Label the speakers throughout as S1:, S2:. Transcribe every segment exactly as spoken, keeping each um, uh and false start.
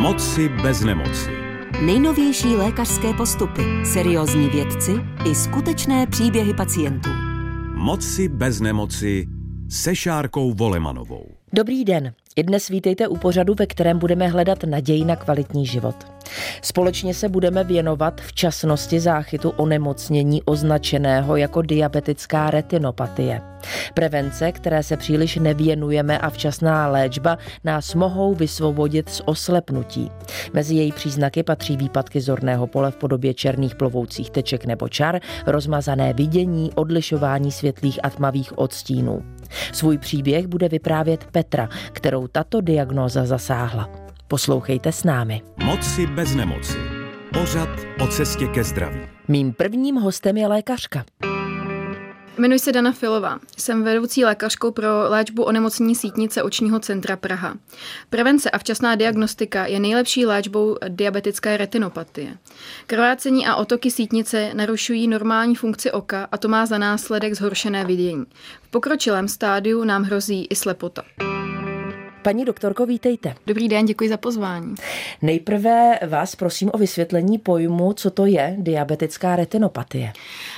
S1: Moci bez nemoci.
S2: Nejnovější lékařské postupy, seriózní vědci i skutečné příběhy pacientů.
S1: Moci bez nemoci se Šárkou Volemanovou.
S3: Dobrý den. I dnes vítejte u pořadu, ve kterém budeme hledat naději na kvalitní život. Společně se budeme věnovat včasnosti záchytu onemocnění označeného jako diabetická retinopatie. Prevence, které se příliš nevěnujeme, a včasná léčba nás mohou vysvobodit z oslepnutí. Mezi její příznaky patří výpadky zorného pole v podobě černých plovoucích teček nebo čar, rozmazané vidění, odlišování světlých a tmavých odstínů. Svůj příběh bude vyprávět Petra, kterou tato diagnóza zasáhla. Poslouchejte s námi.
S1: Moci bez nemoci. Pořad o cestě ke zdraví.
S3: Mým prvním hostem je lékařka.
S4: Jmenuji se Dana Filová. Jsem vedoucí lékařkou pro léčbu onemocnění sítnice očního centra Praha. Prevence a včasná diagnostika je nejlepší léčbou diabetické retinopatie. Krvácení a otoky sítnice narušují normální funkci oka a to má za následek zhoršené vidění. V pokročilém stádiu nám hrozí i slepota.
S3: Paní doktorko, vítejte.
S4: Dobrý den, děkuji za pozvání.
S3: Nejprve vás prosím o vysvětlení pojmu, co to je diabetická retinopatie.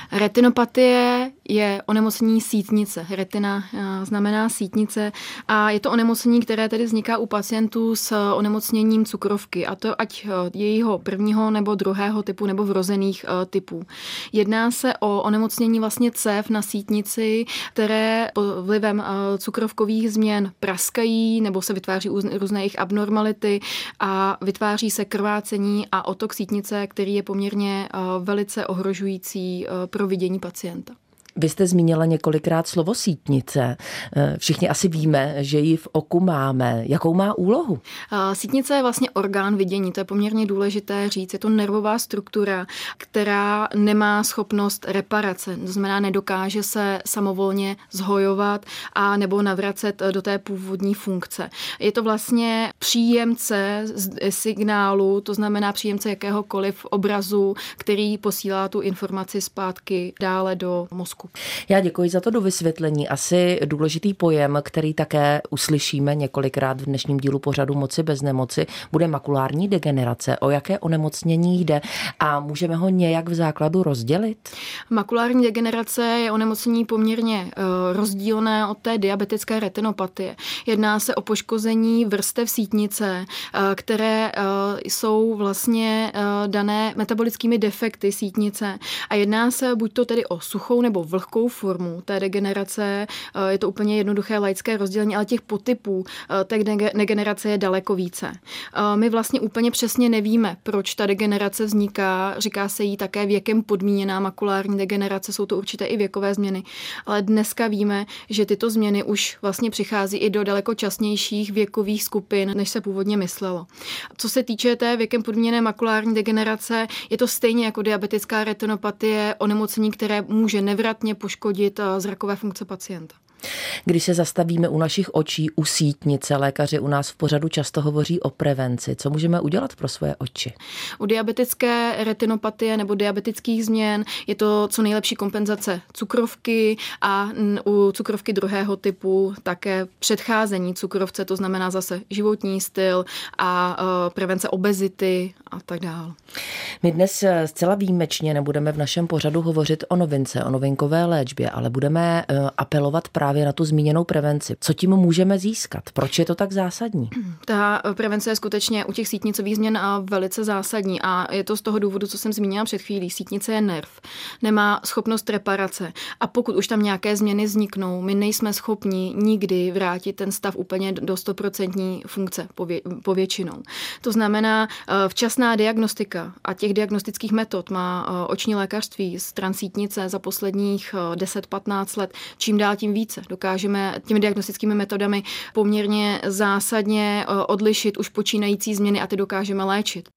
S4: Retinopatie je onemocnění sítnice. Retina znamená sítnice a je to onemocnění, které tedy vzniká u pacientů s onemocněním cukrovky, a to ať jejího prvního nebo druhého typu nebo vrozených typů. Jedná se o onemocnění vlastně cév na sítnici, které vlivem cukrovkových změn praskají nebo se vytváří různé jejich abnormality a vytváří se krvácení a otok sítnice, který je poměrně velice ohrožující pro vidění pacienta.
S3: Vy jste zmínila několikrát slovo sítnice. Všichni asi víme, že ji v oku máme. Jakou má úlohu?
S4: Sítnice je vlastně orgán vidění, to je poměrně důležité říct. Je to nervová struktura, která nemá schopnost reparace, to znamená nedokáže se samovolně zhojovat a nebo navracet do té původní funkce. Je to vlastně příjemce signálu, to znamená příjemce jakéhokoliv obrazu, který posílá tu informaci zpátky dále do mozku.
S3: Já děkuji za to dovysvětlení. Asi důležitý pojem, který také uslyšíme několikrát v dnešním dílu pořadu Moci bez nemoci, bude makulární degenerace. O jaké onemocnění jde a můžeme ho nějak v základu rozdělit?
S4: Makulární degenerace je onemocnění poměrně rozdílné od té diabetické retinopatie. Jedná se o poškození vrstev sítnice, které jsou vlastně dané metabolickými defekty sítnice a jedná se buď to tedy o suchou nebo vlhkou formu té degenerace. Je to úplně jednoduché laické rozdělení, ale těch podtypů té degenerace je daleko více. My vlastně úplně přesně nevíme, proč ta degenerace vzniká. Říká se jí také věkem podmíněná makulární degenerace, jsou to určité i věkové změny. Ale dneska víme, že tyto změny už vlastně přichází i do daleko časnějších věkových skupin, než se původně myslelo. Co se týče té věkem podmíněné makulární degenerace, je to stejně jako diabetická retinopatie onemocnění, které může nevratně poškodit zrakové funkce pacienta.
S3: Když se zastavíme u našich očí, u sítnice, lékaři u nás v pořadu často hovoří o prevenci. Co můžeme udělat pro svoje oči?
S4: U diabetické retinopatie nebo diabetických změn je to co nejlepší kompenzace cukrovky a u cukrovky druhého typu také předcházení cukrovce, to znamená zase životní styl a prevence obezity a tak dále.
S3: My dnes zcela výjimečně nebudeme v našem pořadu hovořit o novince, o novinkové léčbě, ale budeme apelovat právě na tu zmíněnou prevenci. Co tím můžeme získat? Proč je to tak zásadní?
S4: Ta prevence je skutečně u těch sítnicových změn velice zásadní a je to z toho důvodu, co jsem zmínila před chvílí. Sítnice je nerv, nemá schopnost reparace a pokud už tam nějaké změny vzniknou, my nejsme schopni nikdy vrátit ten stav úplně do stoprocentní funkce pově- povětšinou. To znamená včasná diagnostika a těch diagnostických metod má oční lékařství stran sítnice za posledních deset patnáct let čím dál tím více. Dokážeme těmi diagnostickými metodami poměrně zásadně odlišit už počínající změny a ty dokážeme léčit.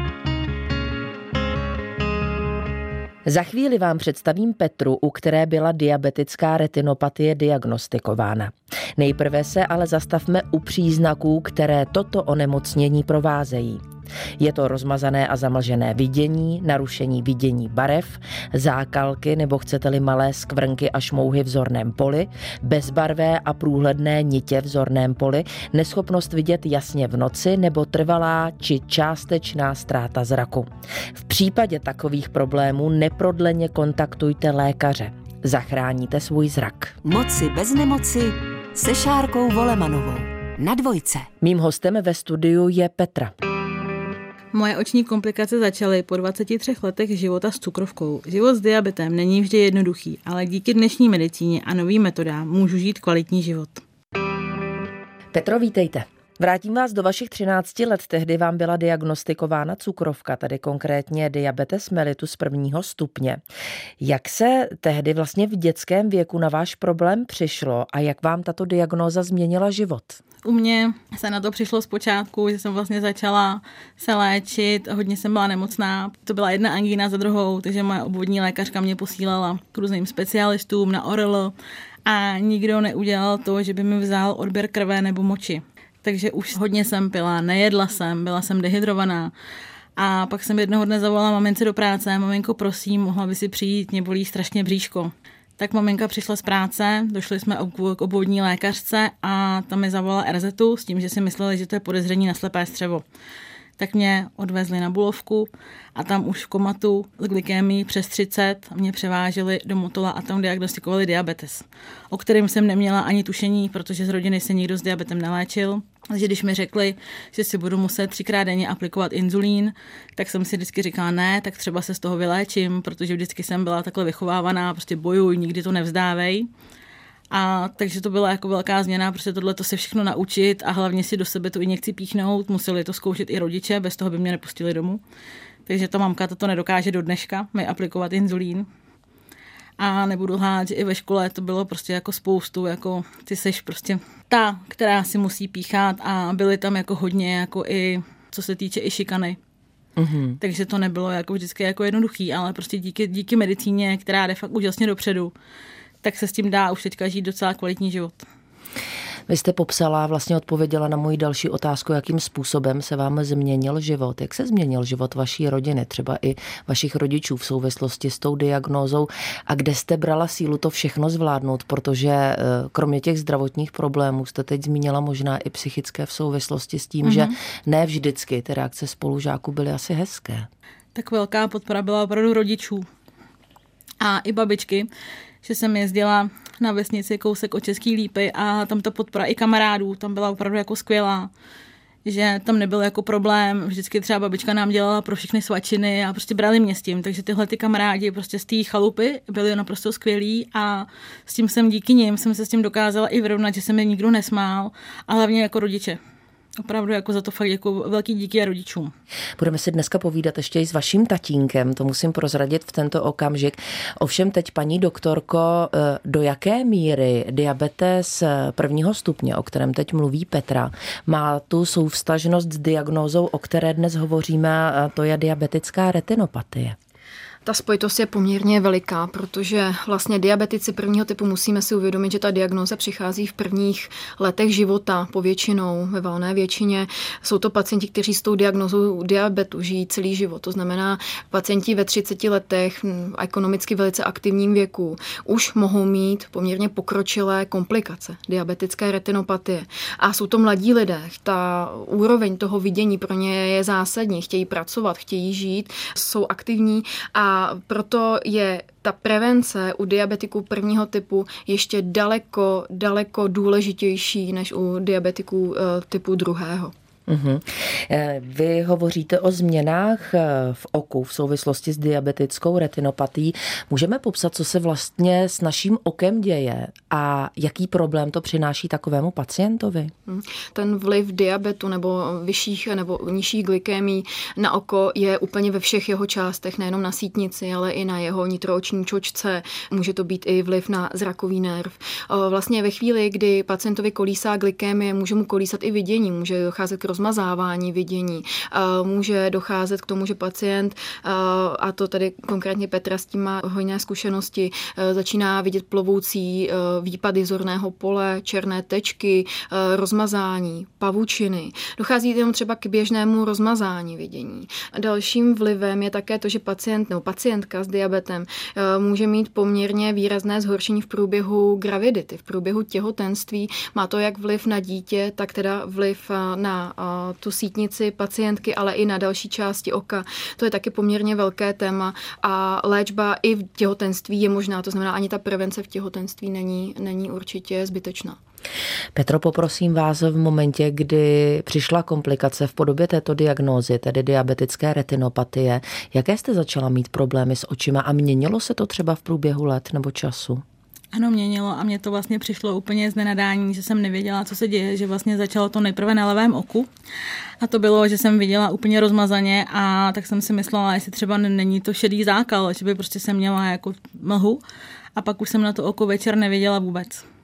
S3: Za chvíli vám představím Petru, u které byla diabetická retinopatie diagnostikována. Nejprve se ale zastavme u příznaků, které toto onemocnění provázejí. Je to rozmazané a zamlžené vidění, narušení vidění barev, zákalky nebo chcete-li malé skvrnky a šmouhy v zorném poli, bezbarvé a průhledné nitě v zorném poli, neschopnost vidět jasně v noci nebo trvalá či částečná ztráta zraku. V případě takových problémů neprodleně kontaktujte lékaře. Zachráníte svůj zrak.
S2: Moci bez nemoci se Šárkou Volemanovou. Na Dvojce.
S3: Mým hostem ve studiu je Petra.
S5: Moje oční komplikace začaly po dvaceti třech letech života s cukrovkou. Život s diabetem není vždy jednoduchý, ale díky dnešní medicíně a novým metodám můžu žít kvalitní život.
S3: Petro, vítejte. Vrátím vás do vašich třinácti let. Tehdy vám byla diagnostikována cukrovka, tedy konkrétně diabetes mellitus prvního stupně. Jak se tehdy vlastně v dětském věku na váš problém přišlo a jak vám tato diagnóza změnila život?
S5: U mě se na to přišlo zpočátku, že jsem vlastně začala se léčit, hodně jsem byla nemocná. To byla jedna angína za druhou, takže moje obvodní lékařka mě posílala k různým specialistům na O R L a nikdo neudělal to, že by mi vzal odběr krve nebo moči. Takže už hodně jsem pila, nejedla jsem, byla jsem dehydrovaná. A pak jsem jednoho dne zavolala mamince do práce, maminko, prosím, mohla by si přijít, mě bolí strašně bříško. Tak maminka přišla z práce, došli jsme k obvodní lékařce a tam mi zavolala R Z tu s tím, že si mysleli, že to je podezření na slepé střevo. Tak mě odvezli na Bulovku a tam už v komatu s glykémií přes třicet mě převáželi do Motola a tam diagnostikovali diabetes, o kterém jsem neměla ani tušení, protože z rodiny se nikdo s diabetem neléčil. Takže když mi řekli, že si budu muset třikrát denně aplikovat inzulín, tak jsem si vždycky říkala ne, tak třeba se z toho vyléčím, protože vždycky jsem byla takhle vychovávaná, prostě bojuj, nikdy to nevzdávej. A takže to byla jako velká změna, prostě tohle to se všechno naučit a hlavně si do sebe tu injekci píchnout, museli to zkoušet i rodiče, bez toho by mě nepustili domů. Takže ta mamka to nedokáže do dneška, mi aplikovat inzulín. A nebudu lhát, že i ve škole to bylo prostě jako spoustu, jako ty seš prostě ta, která si musí píchat a byly tam jako hodně, jako i co se týče i šikany. Mm-hmm. Takže to nebylo jako vždycky jako jednoduchý, ale prostě díky, díky medicíně, která jde fakt úžasně dopředu, tak se s tím dá už teďka žít docela kvalitní život.
S3: Vy jste popsala, vlastně odpověděla na moji další otázku, jakým způsobem se vám změnil život. Jak se změnil život vaší rodiny, třeba i vašich rodičů v souvislosti s tou diagnózou a kde jste brala sílu to všechno zvládnout, protože kromě těch zdravotních problémů jste teď zmínila možná i psychické v souvislosti s tím, mm-hmm. že ne vždycky ty reakce spolužáků byly asi hezké.
S5: Tak velká podpora byla opravdu rodičů a i babičky, že jsem jezdila na vesnici kousek od Český Lípy a tam ta podpora i kamarádů, tam byla opravdu jako skvělá, že tam nebyl jako problém, vždycky třeba babička nám dělala pro všechny svačiny a prostě brali mě s tím, takže tyhle ty kamarádi prostě z té chalupy byli naprosto skvělí a s tím jsem díky nim jsem se s tím dokázala i vyrovnat, že se mi nikdo nesmál a hlavně jako rodiče. Opravdu jako za to fakt jako velký díky a rodičům.
S3: Budeme si dneska povídat ještě i s vaším tatínkem, to musím prozradit v tento okamžik. Ovšem teď, paní doktorko, do jaké míry diabetes prvního stupně, o kterém teď mluví Petra, má tu souvztažnost s diagnózou, o které dnes hovoříme, a to je diabetická retinopatie?
S4: Ta spojitost je poměrně veliká, protože vlastně diabetici prvního typu musíme si uvědomit, že ta diagnóza přichází v prvních letech života, povětšinou, ve valné většině. Jsou to pacienti, kteří s tou diagnózou diabetu žijí celý život. To znamená, pacienti ve třiceti letech, v ekonomicky velice aktivním věku, už mohou mít poměrně pokročilé komplikace diabetické retinopatie. A jsou to mladí lidé. Ta úroveň toho vidění pro ně je zásadní. Chtějí pracovat, chtějí žít, jsou aktivní a A proto je ta prevence u diabetiků prvního typu ještě daleko, daleko důležitější než u diabetiků typu druhého.
S3: Uhum. Vy hovoříte o změnách v oku v souvislosti s diabetickou retinopatií. Můžeme popsat, co se vlastně s naším okem děje a jaký problém to přináší takovému pacientovi?
S4: Ten vliv diabetu nebo vyšších nebo nižších glykémií na oko je úplně ve všech jeho částech, nejenom na sítnici, ale i na jeho nitrooční čočce. Může to být i vliv na zrakový nerv. Vlastně ve chvíli, kdy pacientovi kolísá glykémie, může mu kolísat i vidění, může docházet k rozmazávání vidění. Může docházet k tomu, že pacient, a to tady konkrétně Petra s tím má hojné zkušenosti, začíná vidět plovoucí výpady zorného pole, černé tečky, rozmazání, pavučiny. Dochází jenom třeba k běžnému rozmazání vidění. Dalším vlivem je také to, že pacient nebo pacientka s diabetem může mít poměrně výrazné zhoršení v průběhu gravidity, v průběhu těhotenství. Má to jak vliv na dítě, tak teda vliv na tu sítnici pacientky, ale i na další části oka. To je taky poměrně velké téma a léčba i v těhotenství je možná, to znamená ani ta prevence v těhotenství není, není určitě zbytečná.
S3: Petro, poprosím vás v momentě, kdy přišla komplikace v podobě této diagnózy, tedy diabetické retinopatie, jaké jste začala mít problémy s očima a měnilo se to třeba v průběhu let nebo času?
S5: Ano, měnilo a mně to vlastně přišlo úplně z nenadání, že jsem nevěděla, co se děje, že vlastně začalo to nejprve na levém oku a to bylo, že jsem viděla úplně rozmazaně a tak jsem si myslela, jestli třeba není to šedý zákal, že by prostě jsem měla jako mlhu a pak už jsem na to oko večer neviděla vůbec.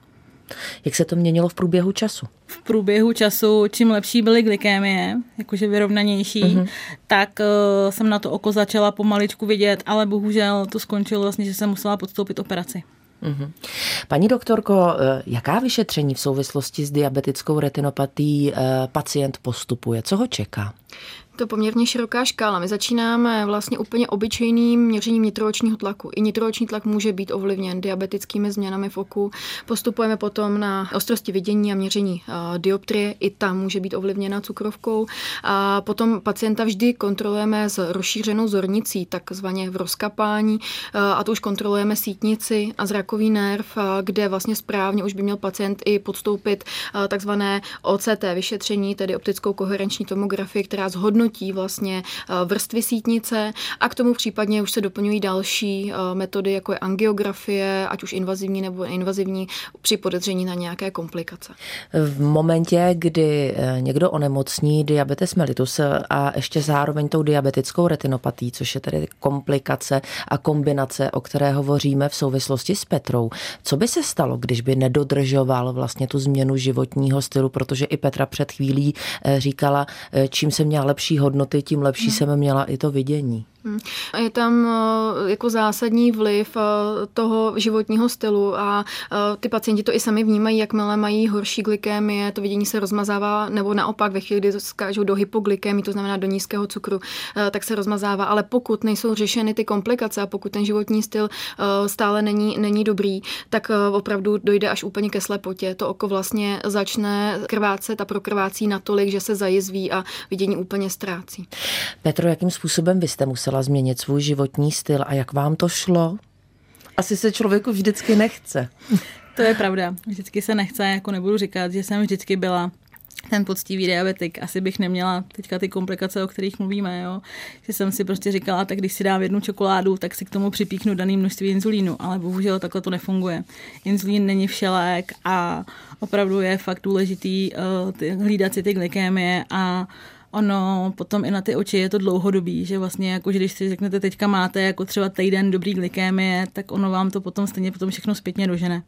S3: Jak se to měnilo v průběhu času?
S5: V průběhu času, čím lepší byly glykémie, jakože vyrovnanější, uh-huh. tak uh, jsem na to oko začala pomaličku vidět, ale bohužel to skončilo vlastně, že jsem musela podstoupit operaci.
S3: Uhum. Paní doktorko, jaká vyšetření v souvislosti s diabetickou retinopatií pacient postupuje? Co ho čeká?
S4: To je poměrně široká škála. My začínáme vlastně úplně obyčejným měřením nitroočního tlaku. I nitrooční tlak může být ovlivněn diabetickými změnami v oku. Postupujeme potom na ostrosti vidění a měření uh, dioptrie. I ta může být ovlivněna cukrovkou. A potom pacienta vždy kontrolujeme s rozšířenou zornicí, takzvaně v rozkapání. Uh, a to už kontrolujeme sítnici a zrakový nerv, uh, kde vlastně správně už by měl pacient i podstoupit uh, takzvané O C T vyšetření, tedy optickou koherenční tomografii, která zhodnotí vlastně vrstvy sítnice a k tomu případně už se doplňují další metody, jako je angiografie, ať už invazivní nebo invazivní, při podezření na nějaké komplikace.
S3: V momentě, kdy někdo onemocní diabetes mellitus a ještě zároveň tou diabetickou retinopatií, což je tedy komplikace a kombinace, o které hovoříme v souvislosti s Petrou, co by se stalo, když by nedodržoval vlastně tu změnu životního stylu, protože i Petra před chvílí říkala, čím se měla lepší hodnoty, tím lepší hmm. jsem měla i to vidění.
S4: Je tam jako zásadní vliv toho životního stylu a ty pacienti to i sami vnímají, jakmile mají horší glykémie, to vidění se rozmazává, nebo naopak ve chvíli, kdy skážou do hypoglykémie, to znamená do nízkého cukru, tak se rozmazává, ale pokud nejsou řešeny ty komplikace a pokud ten životní styl stále není, není dobrý, tak opravdu dojde až úplně ke slepotě. To oko vlastně začne krvácet a prokrvácí natolik, že se zajizví a vidění úplně ztrácí.
S3: Petro, jakým způsobem vy jste musela změnit svůj životní styl a jak vám to šlo? Asi se člověku vždycky nechce.
S5: To je pravda. Vždycky se nechce, jako nebudu říkat, že jsem vždycky byla ten poctivý diabetik. Asi bych neměla teďka ty komplikace, o kterých mluvíme, jo. Že jsem si prostě říkala, tak když si dám jednu čokoládu, tak si k tomu připíknu daný množství inzulínu, ale bohužel takhle to nefunguje. Inzulín není všelék a opravdu je fakt důležitý uh, ty, hlídat si ty glykémie a ono potom i na ty oči je to dlouhodobý, že vlastně jako, že když si řeknete teďka máte jako třeba týden dobrý glykémie, tak ono vám to potom stejně potom všechno zpětně dožene.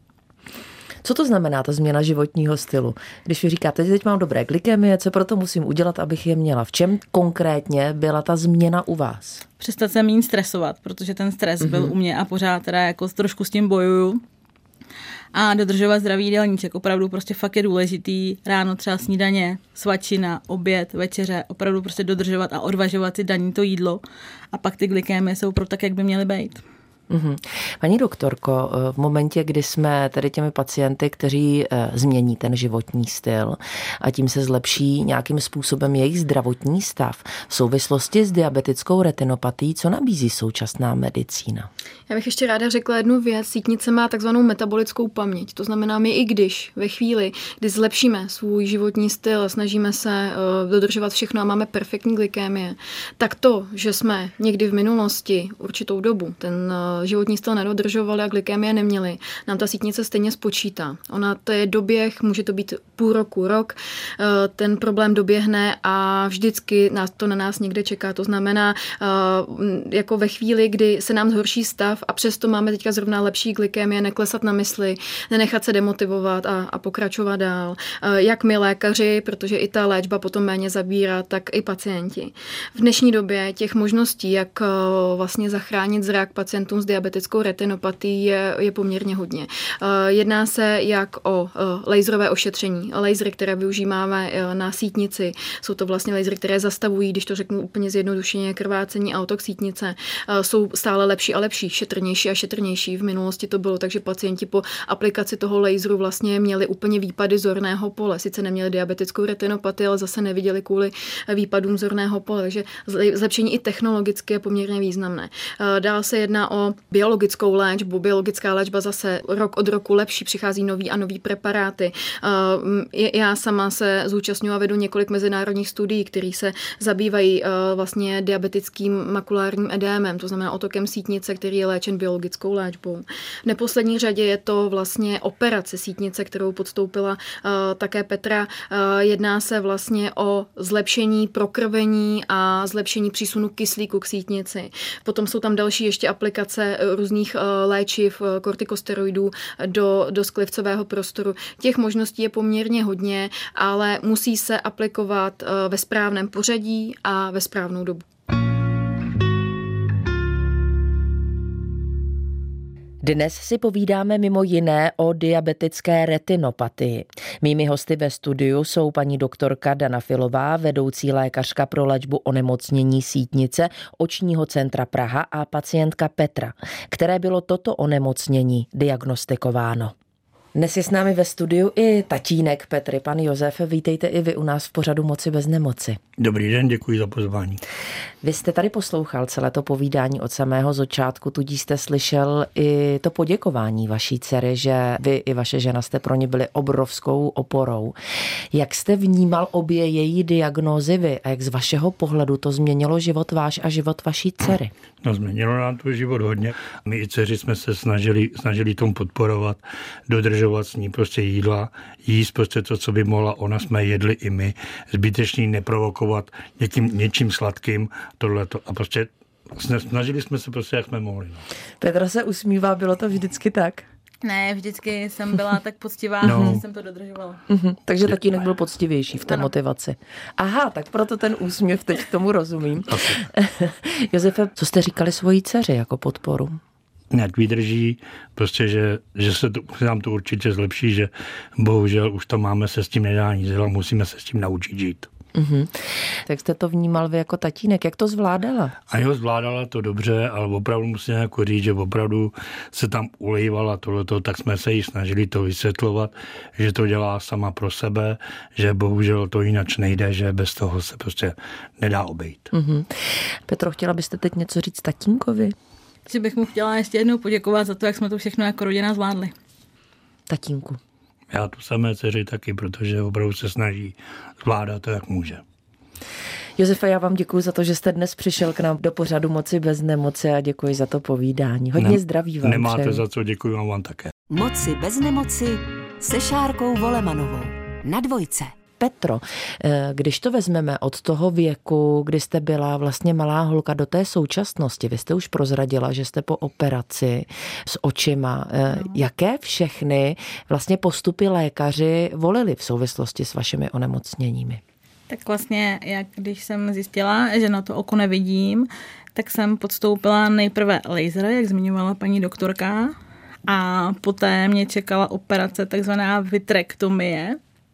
S3: Co to znamená ta změna životního stylu? Když vy říkáte, že teď mám dobré glykémie, co proto musím udělat, abych je měla? V čem konkrétně byla ta změna u vás?
S5: Přestat se méně stresovat, protože ten stres mm-hmm. byl u mě a pořád teda jako trošku s tím bojuju. A dodržovat zdravý jídelníček. Opravdu prostě fakt je důležitý ráno třeba snídaně, svačina, oběd, večeře, opravdu prostě dodržovat a odvažovat si daní to jídlo a pak ty glykémie jsou pro tak, jak by měly být.
S3: Uhum. Paní doktorko, v momentě, kdy jsme tedy těmi pacienty, kteří změní ten životní styl a tím se zlepší nějakým způsobem jejich zdravotní stav v souvislosti s diabetickou retinopatií, co nabízí současná medicína?
S4: Já bych ještě ráda řekla jednu věc. Sítnice má takzvanou metabolickou paměť. To znamená, my i když ve chvíli, kdy zlepšíme svůj životní styl, snažíme se uh, dodržovat všechno a máme perfektní glykémie, tak to, že jsme někdy v minulosti určitou dobu ten uh, životní styl nedodržovali a glykemie neměli, nám ta sítnice stejně spočítá. Ona to je doběh, může to být půl roku, rok, ten problém doběhne a vždycky nás to na nás někde čeká. To znamená, jako ve chvíli, kdy se nám zhorší stav a přesto máme teďka zrovna lepší glykemie, neklesat na mysli, nenechat se demotivovat a, a pokračovat dál. Jak my lékaři, protože i ta léčba potom méně zabírá, tak i pacienti. V dnešní době těch možností, jak vlastně zachránit zrak pacientům s diabetickou retinopatií je, je poměrně hodně. Jedná se jak o laserové ošetření. Lasery, které využíváme na sítnici, jsou to vlastně lasery, které zastavují, když to řeknu úplně zjednodušeně, krvácení a otok sítnice. Jsou stále lepší a lepší, šetrnější a šetrnější. V minulosti to bylo, takže pacienti po aplikaci toho laseru vlastně měli úplně výpady zorného pole. Sice neměli diabetickou retinopatii, ale zase neviděli kvůli výpadům zorného pole, takže zlepšení i technologicky je poměrně významné. Dál se jedná o biologickou léčbu. Biologická léčba zase rok od roku lepší, přichází nový a nový preparáty. Já sama se zúčastňuji a vedu několik mezinárodních studií, které se zabývají vlastně diabetickým makulárním edémem, to znamená otokem sítnice, který je léčen biologickou léčbou. V neposlední řadě je to vlastně operace sítnice, kterou podstoupila také Petra. Jedná se vlastně o zlepšení prokrvení a zlepšení přísunu kyslíku k sítnici. Potom jsou tam další ještě aplikace různých léčiv, kortikosteroidů do, do sklivcového prostoru. Těch možností je poměrně hodně, ale musí se aplikovat ve správném pořadí a ve správnou dobu.
S3: Dnes si povídáme mimo jiné o diabetické retinopatii. Mými hosty ve studiu jsou paní doktorka Dana Filová, vedoucí lékařka pro léčbu onemocnění sítnice Očního centra Praha a pacientka Petra, které bylo toto onemocnění diagnostikováno. Dnes je s námi ve studiu i tatínek Petry, pan Josef. Vítejte i vy u nás v pořadu Moci bez nemoci.
S6: Dobrý den, děkuji za pozvání.
S3: Vy jste tady poslouchal celé to povídání od samého začátku, tudíž jste slyšel i to poděkování vaší dcery, že vy i vaše žena jste pro ně byli obrovskou oporou. Jak jste vnímal obě její diagnózy vy a jak z vašeho pohledu to změnilo život váš a život vaší dcery?
S6: No, změnilo nám to život hodně. My i dceři jsme se snažili, snažili tomu podporovat, dodržovat s ní prostě jídla, jíst prostě to, co by mohla ona, jsme jedli i my, zbytečný neprovokovat někým, něčím sladkým, tohleto. A prostě snažili jsme se prostě, jak jsme mohli. No.
S3: Petra se usmívá, bylo to vždycky tak?
S5: Ne, vždycky jsem byla tak poctivá,
S6: no.
S5: že jsem to dodržovala.
S3: Uh-huh. Takže tatínek byl poctivější v té
S5: ano.
S3: motivaci. Aha, tak proto ten úsměv, teď tomu rozumím. Josefe, co jste říkali svojí dceři jako podporu?
S6: Nějak vydrží, prostě, že, že se, to, se nám to určitě zlepší, že bohužel už to máme, se s tím nedá nic dělat, musíme se s tím naučit žít.
S3: Uh-huh. Tak jste to vnímal vy jako tatínek, jak to zvládala?
S6: A jo, zvládala to dobře, ale opravdu musím jako říct, že opravdu se tam ulejvala tohleto, tak jsme se jí snažili to vysvětlovat, že to dělá sama pro sebe, že bohužel to jinak nejde, že bez toho se prostě nedá obejít.
S3: Uh-huh. Petro, chtěla byste teď něco říct tatínkovi?
S5: Že bych mu chtěla ještě jednou poděkovat za to, jak jsme to všechno jako rodina zvládli.
S3: Tatínku.
S6: Já tu samé dceři taky, protože opravdu se snaží zvládat to, jak může.
S3: Josefe, já vám děkuji za to, že jste dnes přišel k nám do pořadu Moci bez nemoci a děkuji za to povídání. Hodně ne, zdraví vám.
S6: Nemáte
S3: přeju.
S6: za co, děkuji vám, vám také.
S2: Moci bez nemoci se Šárkou Volemanovou na Dvojce.
S3: Petro, když to vezmeme od toho věku, kdy jste byla vlastně malá holka do té současnosti, vy jste už prozradila, že jste po operaci s očima. No. Jaké všechny vlastně postupy lékaři volili v souvislosti s vašimi onemocněními?
S5: Tak vlastně, jak když jsem zjistila, že na to oko nevidím, tak jsem podstoupila nejprve laser, jak zmiňovala paní doktorka, a poté mě čekala operace, takzvaná vitrektomie.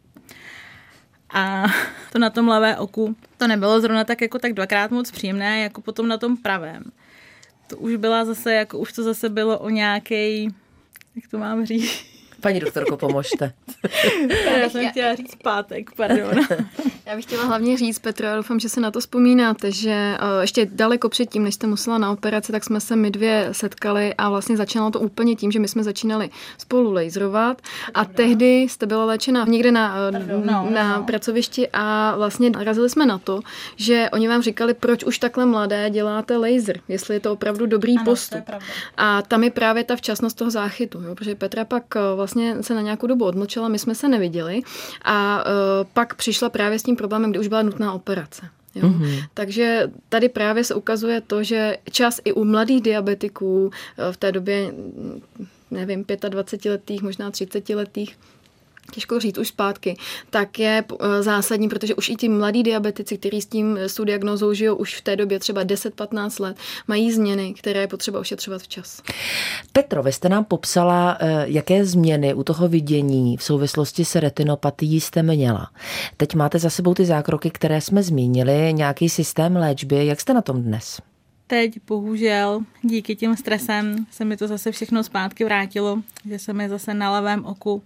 S5: A to na tom levé oku, to nebylo zrovna tak jako tak dvakrát moc příjemné, jako potom na tom pravém. To už byla zase, jako už to zase bylo o nějakej, jak to mám říct?
S3: Paní doktorko, pomožte.
S5: Já jsem chtěla říct pátek, pardon.
S4: Já bych chtěla hlavně říct, Petro, já doufám, že se na to vzpomínáte, že ještě daleko předtím, než jste musela na operaci, tak jsme se my dvě setkali a vlastně začínalo to úplně tím, že my jsme začínali spolu laserovat a tehdy jste byla léčena někde na,
S5: Pardon, no,
S4: na
S5: no.
S4: pracovišti a vlastně narazili jsme na to, že oni vám říkali, proč už takhle mladé děláte laser, jestli je to opravdu dobrý
S5: ano,
S4: postup. A tam je právě ta včasnost toho záchytu, jo, protože Petra pak vlastně se na nějakou dobu odmlčela, my jsme se neviděli a uh, pak přišla právě s tím problémem, kdy už byla nutná operace. Jo? Mm-hmm. Takže tady právě se ukazuje to, že čas i u mladých diabetiků v té době, nevím, dvacetiletých, možná třicetiletých, těžko říct už zpátky, tak je zásadní, protože už i ti mladí diabetici, kteří s tím s tou diagnózou žijou už v té době třeba deset patnáct let, mají změny, které je potřeba ošetřovat včas.
S3: Petro, vy jste nám popsala, jaké změny u toho vidění v souvislosti s retinopatií jste měla. Teď máte za sebou ty zákroky, které jsme zmínili, nějaký systém léčby. Jak jste na tom dnes?
S5: Teď bohužel díky těm stresem se mi to zase všechno zpátky vrátilo, že se mi zase na levém oku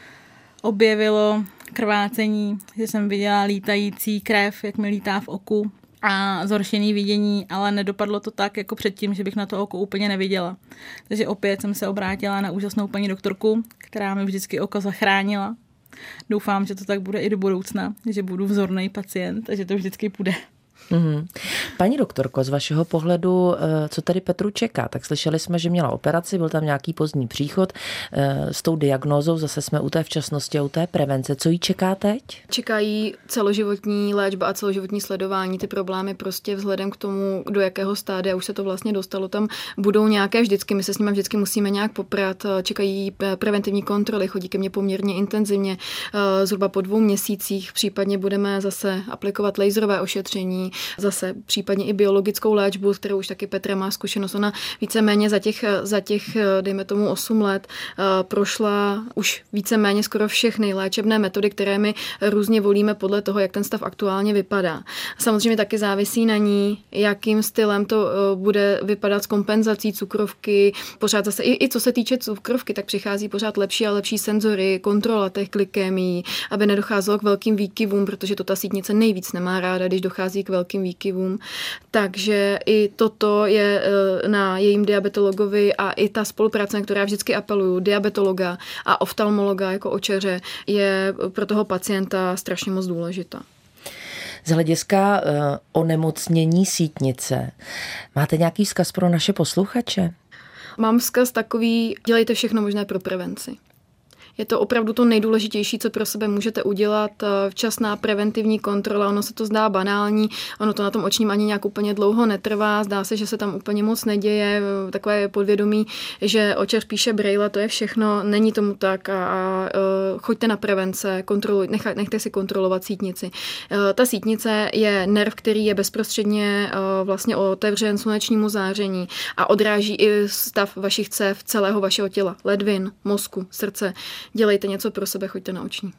S5: objevilo krvácení, že jsem viděla lítající krev, jak mi lítá v oku a zhoršený vidění, ale nedopadlo to tak jako předtím, že bych na to oko úplně neviděla. Takže opět jsem se obrátila na úžasnou paní doktorku, která mi vždycky oko zachránila. Doufám, že to tak bude i do budoucna, že budu vzorný pacient a že to vždycky půjde.
S3: Mm. Paní doktorko, z vašeho pohledu, co tady Petru čeká? Tak slyšeli jsme, že měla operaci, byl tam nějaký pozdní příchod s tou diagnózou, zase jsme u té včasnosti a u té prevence. Co jí čeká teď?
S4: Čekají celoživotní léčba a celoživotní sledování. Ty problémy prostě vzhledem k tomu, do jakého stádia už se to vlastně dostalo, tam budou nějaké vždycky, my se s nimi vždycky musíme nějak poprat. Čekají preventivní kontroly, chodí ke mně poměrně intenzivně, zhruba po dvou měsících, případně budeme zase aplikovat laserové ošetření, zase případně i biologickou léčbu, kterou už taky Petra má zkušenost. Ona víceméně za těch, za těch, dejme tomu osm let, prošla už víceméně skoro všechny léčebné metody, které my různě volíme podle toho, jak ten stav aktuálně vypadá. Samozřejmě taky závisí na ní, jakým stylem to bude vypadat s kompenzací cukrovky. Pořád zase, i, i co se týče cukrovky, tak přichází pořád lepší a lepší senzory, kontrola těch glykémií, aby nedocházelo k velkým výkyvům, protože to ta sítnice nejvíc nemá ráda, když dochází k velkým výkyvům. Takže i toto je na jejím diabetologovi a i ta spolupráce, na která vždycky apeluju, diabetologa a oftalmologa jako očeře, je pro toho pacienta strašně moc důležitá.
S3: Z hlediska uh, onemocnění sítnice, máte nějaký vzkaz pro naše posluchače?
S4: Mám vzkaz takový, dělejte všechno možné pro prevenci. Je to opravdu to nejdůležitější, co pro sebe můžete udělat. Včasná preventivní kontrola, ono se to zdá banální, ono to na tom očním ani nějak úplně dlouho netrvá, zdá se, že se tam úplně moc neděje, takové podvědomí, že očeř píše brejle, to je všechno, není tomu tak a, a choďte na prevence, kontroluj, nechaj, nechte si kontrolovat sítnici. Ta sítnice je nerv, který je bezprostředně vlastně otevřen slunečnímu záření a odráží i stav vašich cév, celého vašeho těla, ledvin, mozku, srdce. Dělejte něco pro sebe, choďte na oční.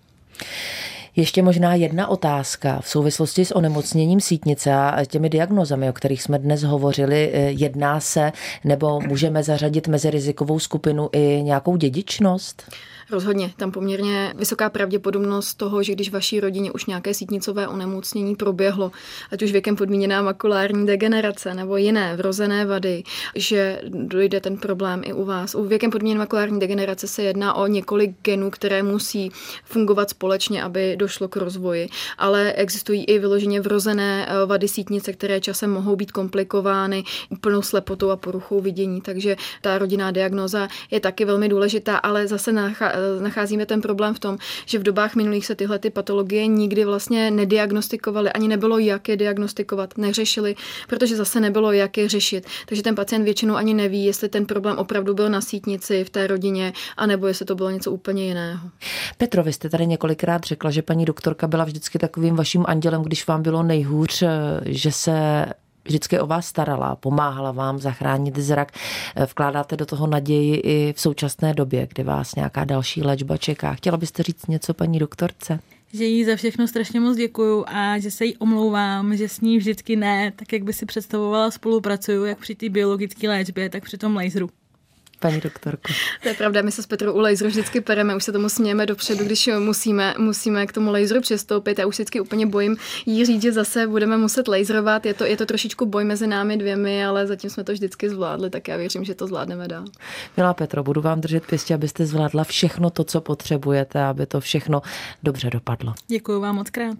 S3: Ještě možná jedna otázka v souvislosti s onemocněním sítnice a těmi diagnózami, o kterých jsme dnes hovořili. Jedná se nebo můžeme zařadit mezi rizikovou skupinu i nějakou dědičnost?
S4: Rozhodně, tam poměrně vysoká pravděpodobnost toho, že když vaší rodině už nějaké sítnicové onemocnění proběhlo, ať už věkem podmíněná makulární degenerace nebo jiné vrozené vady, že dojde ten problém i u vás. U věkem podmíněné makulární degenerace se jedná o několik genů, které musí fungovat společně, aby došlo k rozvoji, ale existují i vyloženě vrozené vady sítnice, které časem mohou být komplikovány úplnou slepotou a poruchou vidění, takže ta rodinná diagnóza je taky velmi důležitá, ale zase nacházíme ten problém v tom, že v dobách minulých se tyhle ty patologie nikdy vlastně nediagnostikovaly, ani nebylo jak je diagnostikovat, neřešili, protože zase nebylo jak je řešit. Takže ten pacient většinou ani neví, jestli ten problém opravdu byl na sítnici v té rodině, anebo jestli to bylo něco úplně jiného.
S3: Petro, vy jste tady několikrát řekla, že paní doktorka byla vždycky takovým vaším andělem, když vám bylo nejhůř, že se vždycky o vás starala, pomáhala vám zachránit zrak. Vkládáte do toho naději i v současné době, kdy vás nějaká další léčba čeká. Chtěla byste říct něco paní doktorce?
S5: Že jí za všechno strašně moc děkuju a že se jí omlouvám, že s ní vždycky ne, tak jak by si představovala, spolupracuju jak při té biologické léčbě, tak při tom laseru.
S3: paní doktorko?
S4: To je pravda, my se s Petrou u laseru vždycky pereme, už se tomu smějeme dopředu, když musíme, musíme k tomu laseru přistoupit. Já už vždycky úplně bojím jí říct, že zase budeme muset laserovat. Je to, je to trošičku boj mezi námi dvěmi, ale zatím jsme to vždycky zvládli, tak já věřím, že to zvládneme dál.
S3: Milá Petro, budu vám držet pěstí, abyste zvládla všechno to, co potřebujete, aby to všechno dobře dopadlo.
S5: Děkuji vám moc krát.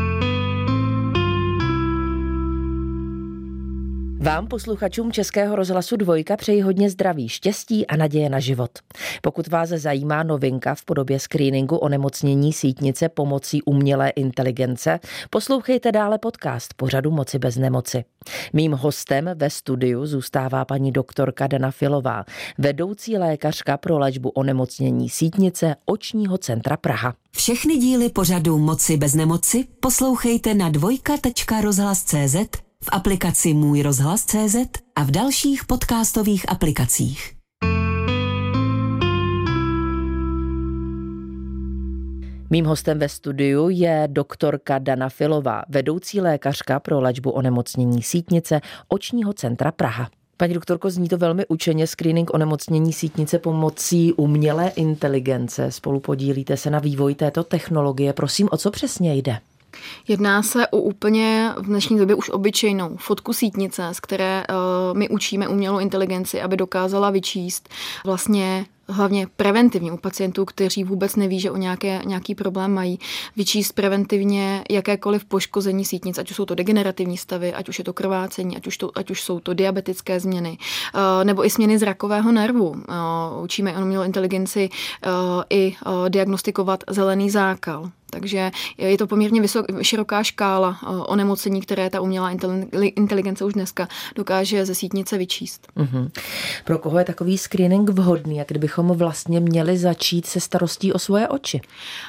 S3: Vám, posluchačům Českého rozhlasu Dvojka, přeji hodně zdraví, štěstí a naděje na život. Pokud vás zajímá novinka v podobě screeningu onemocnění sítnice pomocí umělé inteligence, poslouchejte dále podcast pořadu Moci bez nemoci. Mým hostem ve studiu zůstává paní doktorka Dana Filová, vedoucí lékařka pro léčbu onemocnění sítnice Očního centra Praha.
S2: Všechny díly pořadu Moci bez nemoci poslouchejte na dvojka tečka rozhlas tečka cé zet, v aplikaci Můj rozhlas tečka cé zet a v dalších podcastových aplikacích.
S3: Mým hostem ve studiu je doktorka Dana Filová, vedoucí lékařka pro léčbu onemocnění sítnice Očního centra Praha. Paní doktorko, zní to velmi učeně, screening onemocnění sítnice pomocí umělé inteligence. Spolupodílíte se na vývoji této technologie. Prosím, o co přesně jde?
S4: Jedná se o úplně v dnešní době už obyčejnou fotku sítnice, z které uh, my učíme umělou inteligenci, aby dokázala vyčíst vlastně hlavně preventivně u pacientů, kteří vůbec neví, že o nějaké, nějaký problém mají, vyčíst preventivně jakékoliv poškození sítnic, ať už jsou to degenerativní stavy, ať už je to krvácení, ať už, to, ať už jsou to diabetické změny, nebo i změny zrakového nervu. Učíme umělou inteligenci i diagnostikovat zelený zákal. Takže je to poměrně vysok, široká škála onemocnění, které ta umělá inteligence už dneska dokáže ze sítnice vyčíst.
S3: Mm-hmm. Pro koho je takový screening vhodný, jak kdybychom vlastně měli začít se starostí o svoje oči?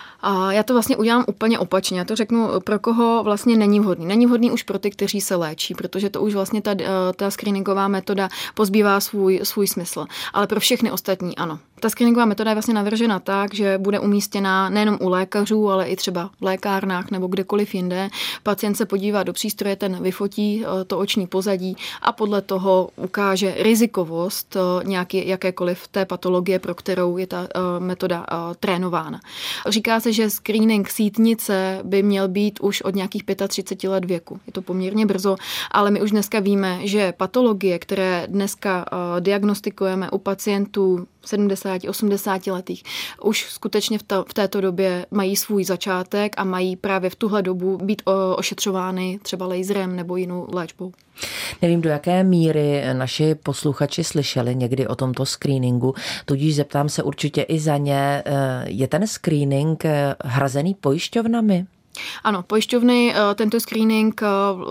S4: A já to vlastně udělám úplně opačně. Já to řeknu, pro koho vlastně není vhodný. Není vhodný už pro ty, kteří se léčí, protože to už vlastně ta, ta screeningová metoda pozbývá svůj, svůj smysl. Ale pro všechny ostatní ano. Ta screeningová metoda je vlastně navržena tak, že bude umístěna nejenom u lékařů, ale i třeba v lékárnách nebo kdekoliv jinde. Pacient se podívá do přístroje, ten vyfotí to oční pozadí a podle toho ukáže rizikovost nějaké, jakékoliv té patologie, pro kterou je ta metoda trénována. Říká se, že screening sítnice by měl být už od nějakých třicet pět let věku. Je to poměrně brzo, ale my už dneska víme, že patologie, které dneska diagnostikujeme u pacientů sedmdesát osmdesát letých, už skutečně v, ta, v této době mají svůj začátek a mají právě v tuhle dobu být o, ošetřovány třeba laserem nebo jinou léčbou.
S3: Nevím, do jaké míry naši posluchači slyšeli někdy o tomto screeningu, tudíž zeptám se určitě i za ně, je ten screening hrazený pojišťovnami?
S4: Ano, pojišťovny tento screening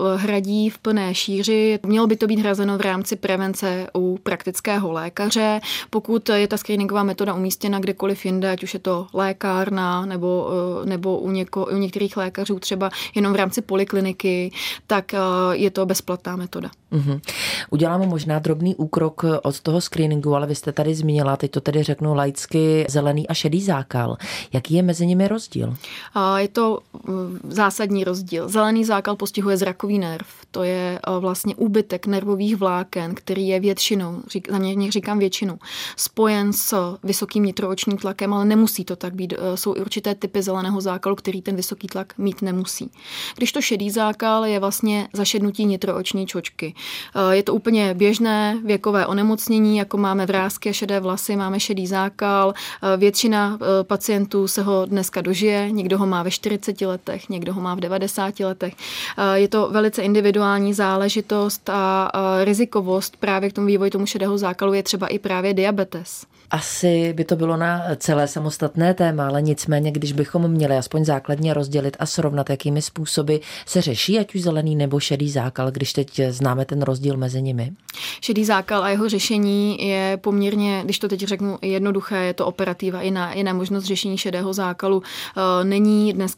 S4: hradí v plné šíři. Mělo by to být hrazeno v rámci prevence u praktického lékaře. Pokud je ta screeningová metoda umístěna kdekoliv jinde, ať už je to lékárna nebo, nebo u, něko, u některých lékařů třeba jenom v rámci polikliniky, tak je to bezplatná metoda.
S3: Uhum. Uděláme možná drobný úkrok od toho screeningu, ale vy jste tady zmínila, teď to tedy řeknu laicky, zelený a šedý zákal. Jaký je mezi nimi rozdíl?
S4: Je to zásadní rozdíl. Zelený zákal postihuje zrakový nerv. To je vlastně úbytek nervových vláken, který je většinou, zaměrně říkám většinou, spojen s vysokým nitroočním tlakem, ale nemusí to tak být. Jsou i určité typy zeleného zákalu, který ten vysoký tlak mít nemusí. Když to šedý zákal je vlastně zašednutí nitrooční čočky. Je to úplně běžné věkové onemocnění, jako máme vrásky a šedé vlasy, máme šedý zákal. Většina pacientů se ho dneska dožije, někdo ho má ve čtyřiceti letech, někdo ho má v devadesáti letech. Je to velice individuální záležitost a rizikovost právě k tomu vývoji tomu šedého zákalu je třeba i právě diabetes.
S3: Asi by to bylo na celé samostatné téma, ale nicméně, když bychom měli aspoň základně rozdělit a srovnat, jakými způsoby se řeší, ať už zelený nebo šedý zákal, když teď známe ten rozdíl mezi nimi.
S4: Šedý zákal a jeho řešení je poměrně, když to teď řeknu jednoduché, je to operativa, jiná, jiná možnost řešení šedého zákalu. Není dneska ta operativa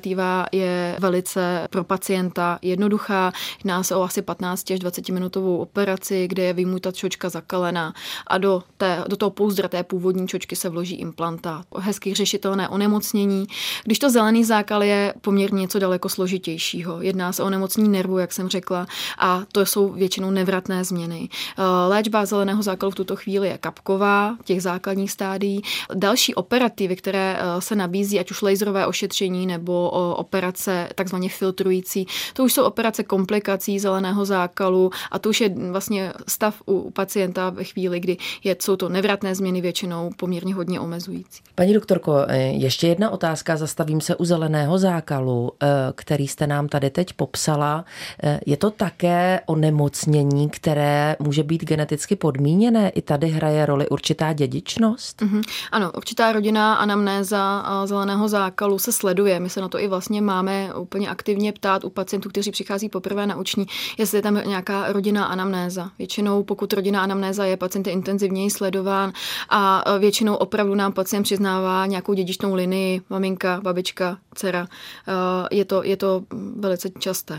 S4: operativa je velice pro pacienta jednoduchá. Jedná se o asi patnáct až dvacet minutovou operaci, kde je vyjmuta čočka zakalená a do, té, do toho pouzdra té původní čočky se vloží implantát. Hezky řešitelné onemocnění. Když to zelený zákal je poměrně něco daleko složitějšího. Jedná se o onemocnění nervu, jak jsem řekla, a to jsou většinou nevratné změny. Léčba zeleného zákalu v tuto chvíli je kapková, těch základních stádií. Další operativy, které se nabízí, ať už laserové ošetření nebo operace takzvaně filtrující, to už jsou operace komplikací zeleného zákalu a to už je vlastně stav u pacienta ve chvíli, kdy je, jsou to nevratné změny většinou poměrně hodně omezující.
S3: Paní doktorko, ještě jedna otázka, zastavím se u zeleného zákalu, který jste nám tady teď popsala. Je to také onemocnění, které může být geneticky podmíněné? I tady hraje roli určitá dědičnost?
S4: Mm-hmm. Ano, určitá rodinná anamnéza zeleného zákalu se sleduje. My se na to i vlastně máme úplně aktivně ptát u pacientů, kteří přichází poprvé na oční, jestli je tam nějaká rodinná anamnéza. Většinou, pokud rodinná anamnéza je, pacient je intenzivněji sledován a většinou opravdu nám pacient přiznává nějakou dědičnou linii, maminka, babička, dcera. Je to, je to velice časté.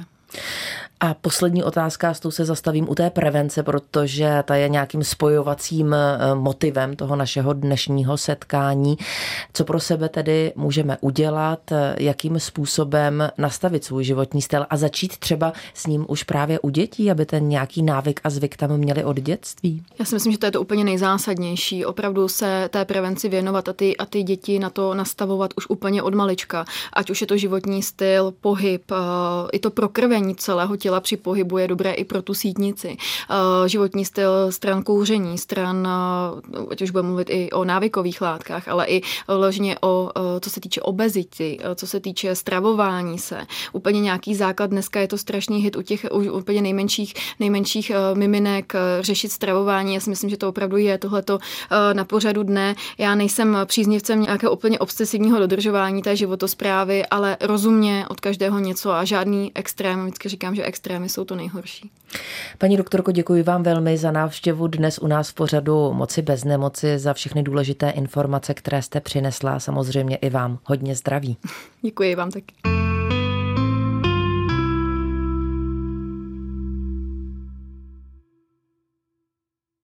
S3: A poslední otázka, s tou se zastavím u té prevence, protože ta je nějakým spojovacím motivem toho našeho dnešního setkání. Co pro sebe tedy můžeme udělat, jakým způsobem nastavit svůj životní styl a začít třeba s ním už právě u dětí, aby ten nějaký návyk a zvyk tam měli od dětství?
S4: Já si myslím, že to je to úplně nejzásadnější. Opravdu se té prevenci věnovat a ty, a ty děti na to nastavovat už úplně od malička. Ať už je to životní styl, pohyb, i to prokrvení celého těla při pohybu je dobré i pro tu sítnici. Životní styl stran kouření, stran, ať už budeme mluvit i o návykových látkách, ale i vložně o, co se týče obezity, co se týče stravování se. Úplně nějaký základ. Dneska je to strašný hit u těch už úplně nejmenších, nejmenších miminek řešit stravování. Já si myslím, že to opravdu je tohleto na pořadu dne. Já nejsem příznivcem nějakého úplně obsesivního dodržování té životosprávy, ale rozumně od každého něco a žádný extrém. Vždycky říkám, že extrémy jsou to nejhorší.
S3: Paní doktorko, děkuji vám velmi za návštěvu dnes u nás v pořadu Moci bez nemoci, za všechny důležité informace, které jste přinesla. Samozřejmě i vám hodně zdraví.
S4: Děkuji vám taky.